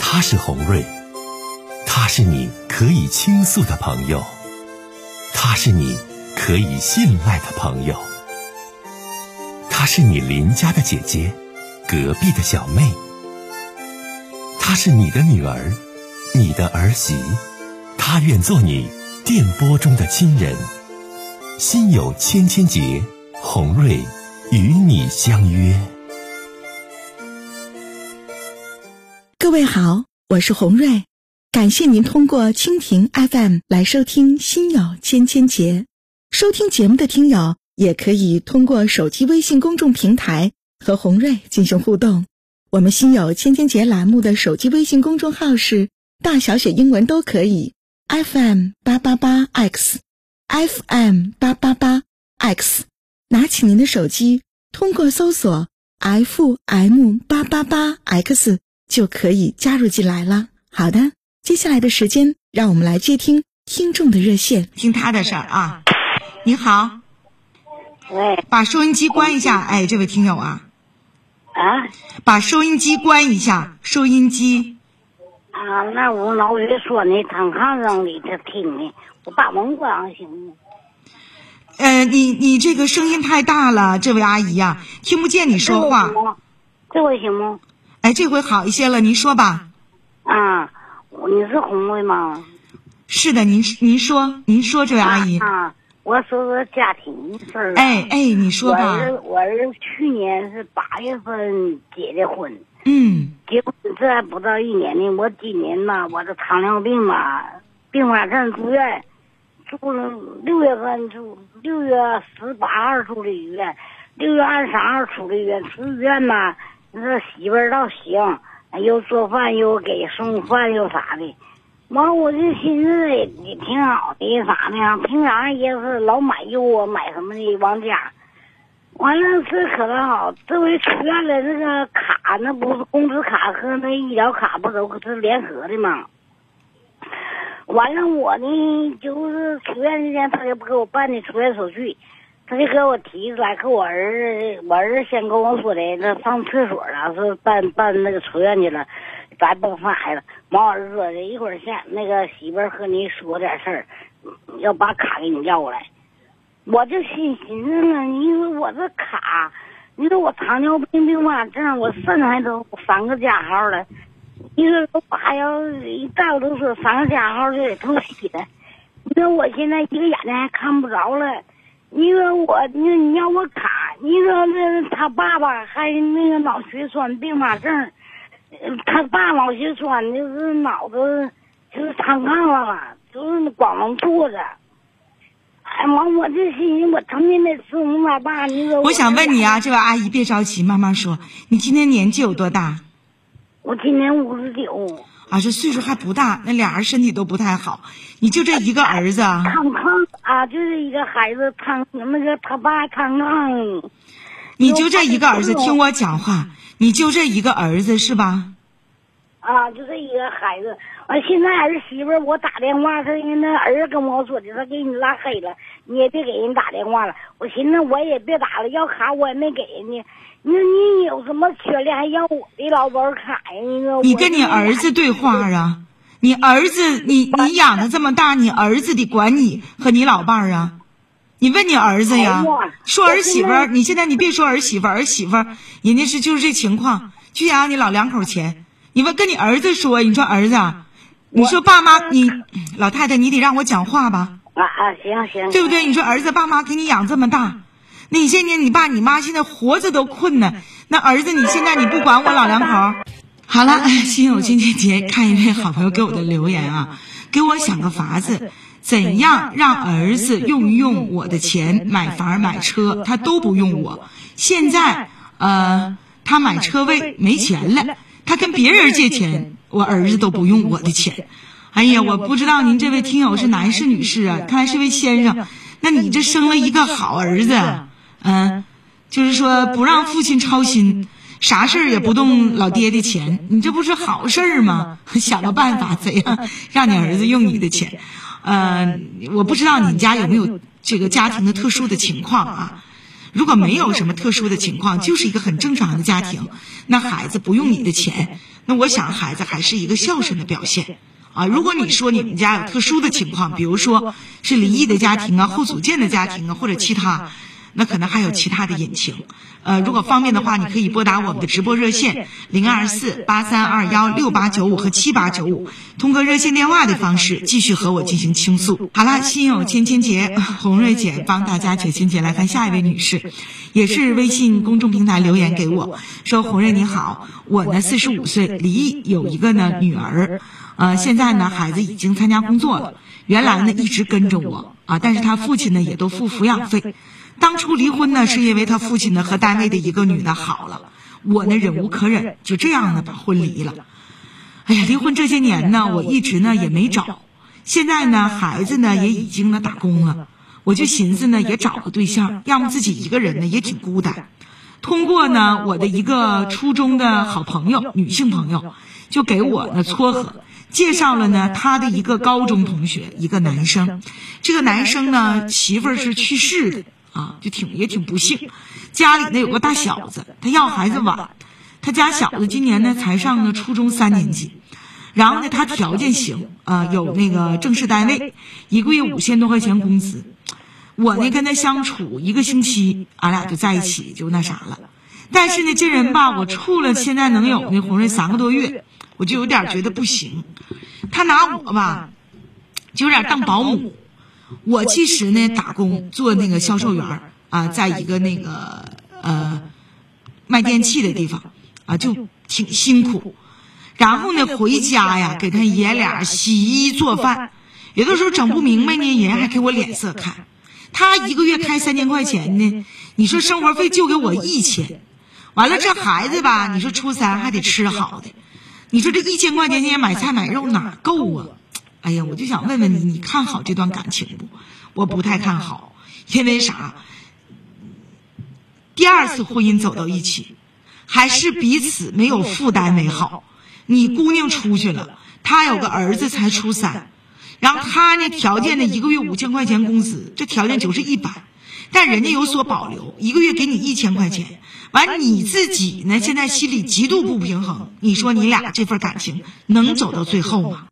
他是洪瑞，他是你可以倾诉的朋友，他是你可以信赖的朋友，他是你邻家的姐姐，隔壁的小妹，他是你的女儿，你的儿媳，他愿做你电波中的亲人。心有千千结，洪瑞与你相约。 各位好，我是洪瑞，感谢您通过蜻蜓 FM 来收听心有千千结。收听节目的听友也可以通过手机微信公众平台和洪瑞进行互动。我们心有千千结栏目的手机微信公众号是大小写英文都可以 FM888X FM888X， 拿起您的手机，通过搜索 FM888X 就可以加入进来了。好的，接下来的时间让我们来接听听众的热线， 听他的事儿啊。你好， 喂， 把收音机关一下。哎，这位听友啊，把收音机关一下，收音机。 那我老是说呢，躺炕上里头听呢，我把门关上行吗？ 你这个声音太大了，这位阿姨呀，听不见你说话。 这回行吗？ 哎，这回好一些了，您说吧。 你是红瑞吗？ 是的，您说，这位阿姨。 我说说家庭的事儿。 哎，你说吧。 我儿子去年是8月份结的婚。结婚这还不到1年呢。我今年嘛，我这糖尿病嘛，并发症住院，住了6月份6月18号住的医院，6月23号出的医院。出医院嘛，那媳妇儿倒行，又做饭又给送饭又啥的。完我就寻思也挺好的啥的，平常也是老买肉啊，买什么的往家。完了这可倒好，这回出院了，那个卡那不是工资卡和那医疗卡不都是联合的吗？完了我呢就是出院那天他也不给我办的出院手续，他就给我提出来，给我儿子先跟我说的，那上厕所了，是办那个出院去了，咱不上孩子。完我儿子说的，一会儿下那个媳妇儿和你说点事儿，要把卡给你要过来。我就寻思呢，你说我这卡，你说我糖尿病并发症，我肾还都3个加号了，你说我还要一大夫都说3个加号就得透析了，你说我现在一个眼睛还看不着了，你说你要我卡，你说这他爸爸还那个脑血栓并发症，他爸脑血栓就是脑子就是瘫炕了嘛，就是光能坐着。完我这心我成天得吃红咋办？你说我想问你啊，这位阿姨别着急，慢慢说。你今年年纪有多大？ 我今年59。 这岁数还不大，那俩人身体都不太好。你就这一个儿子啊？ 瘫炕就是一个孩子那个他爸瘫炕。 你就这一个儿子，听我讲话，你就这一个儿子是吧？ 就这一个孩子。现在儿媳妇我打电话，他那儿子跟我说的，他给你拉黑了，你也别给人打电话了。我寻思我也别打了，要卡我也没给人家。你说你有什么权利还要我的劳保卡呀？ 你跟你儿子对话啊？你儿子你养的这么大，你儿子得管你和你老伴儿啊？你问你儿子呀？说儿媳妇儿，你现在你别说儿媳妇儿，人家就是这情况，就想要你老两口钱。你问跟你儿子说，你说儿子啊。你说爸妈，你老太太，你得让我讲话吧？ 行， 对不对？你说儿子爸妈给你养这么大，那你现在你爸你妈现在活着都困难，那儿子你现在你不管我老两口？好了，心有千千结，看一位好朋友给我的留言啊，给我想个法子，怎样让儿子用我的钱买房买车，他都不用我。现在他买车位没钱了，他跟别人借钱。我儿子都不用我的钱。哎呀，我不知道您这位听友是男士女士啊，看来是位先生。那你这生了一个好儿子，就是说不让父亲操心，啥事儿也不动老爹的钱，你这不是好事儿吗？想个办法怎样让你儿子用你的钱。我不知道你家有没有这个家庭的特殊的情况啊。 如果没有什么特殊的情况，就是一个很正常的家庭，那孩子不用你的钱，那我想孩子还是一个孝顺的表现啊。如果你说你们家有特殊的情况，比如说是离异的家庭啊、后组建的家庭啊，或者其他，那可能还有其他的隐情。如果方便的话，你可以拨打我们的直播热线0248321685和7895，通过热线电话的方式继续和我进行倾诉。好了，心有千千结，红瑞姐帮大家解心结。来看下一位女士，也是微信公众平台留言给我说：红瑞你好，我呢45岁，离异，有一个呢女儿，现在呢孩子已经参加工作了，原来呢一直跟着我啊，但是他父亲呢也都付抚养费。当初离婚呢，是因为他父亲呢和单位的一个女的好了，我呢忍无可忍，就这样呢把婚离了。哎呀，离婚这些年呢，我一直呢也没找，现在呢孩子呢也已经呢打工了，我就寻思呢也找个对象，要么自己一个人呢也挺孤单。通过呢我的一个初中的好朋友，女性朋友，就给我呢撮合介绍了呢他的一个高中同学，一个男生。这个男生呢媳妇儿是去世的啊，也挺不幸，家里呢有个大小子，他要孩子晚，他家小子今年呢才上呢初中3年级，然后呢他条件行有那个正式单位，1个月5000多块钱工资。我呢跟他相处1个星期，俺俩就在一起，就那啥了。但是呢这人吧，我处了现在能有那红瑞3个多月，我就有点觉得不行。他拿我吧就有点当保姆。我其实呢打工做那个销售员啊，在一个那个卖电器的地方啊，就挺辛苦。然后呢回家呀给他爷俩洗衣做饭，有的时候整不明白呢，人还给我脸色看。他1个月开3000块钱呢，你说生活费就给我1000，完了这孩子吧，你说初3还得吃好的，你说这1000块钱买菜买肉哪够啊？哎呀，我就想问问你，你看好这段感情不？我不太看好，因为啥？第2次婚姻走到一起，还是彼此没有负担为好。你姑娘出去了，她有个儿子才初3，然后她呢条件呢1个月5000块钱工资，这条件就是一般，但人家有所保留，1个月给你1000块钱，完你自己呢现在心里极度不平衡，你说你俩这份感情能走到最后吗？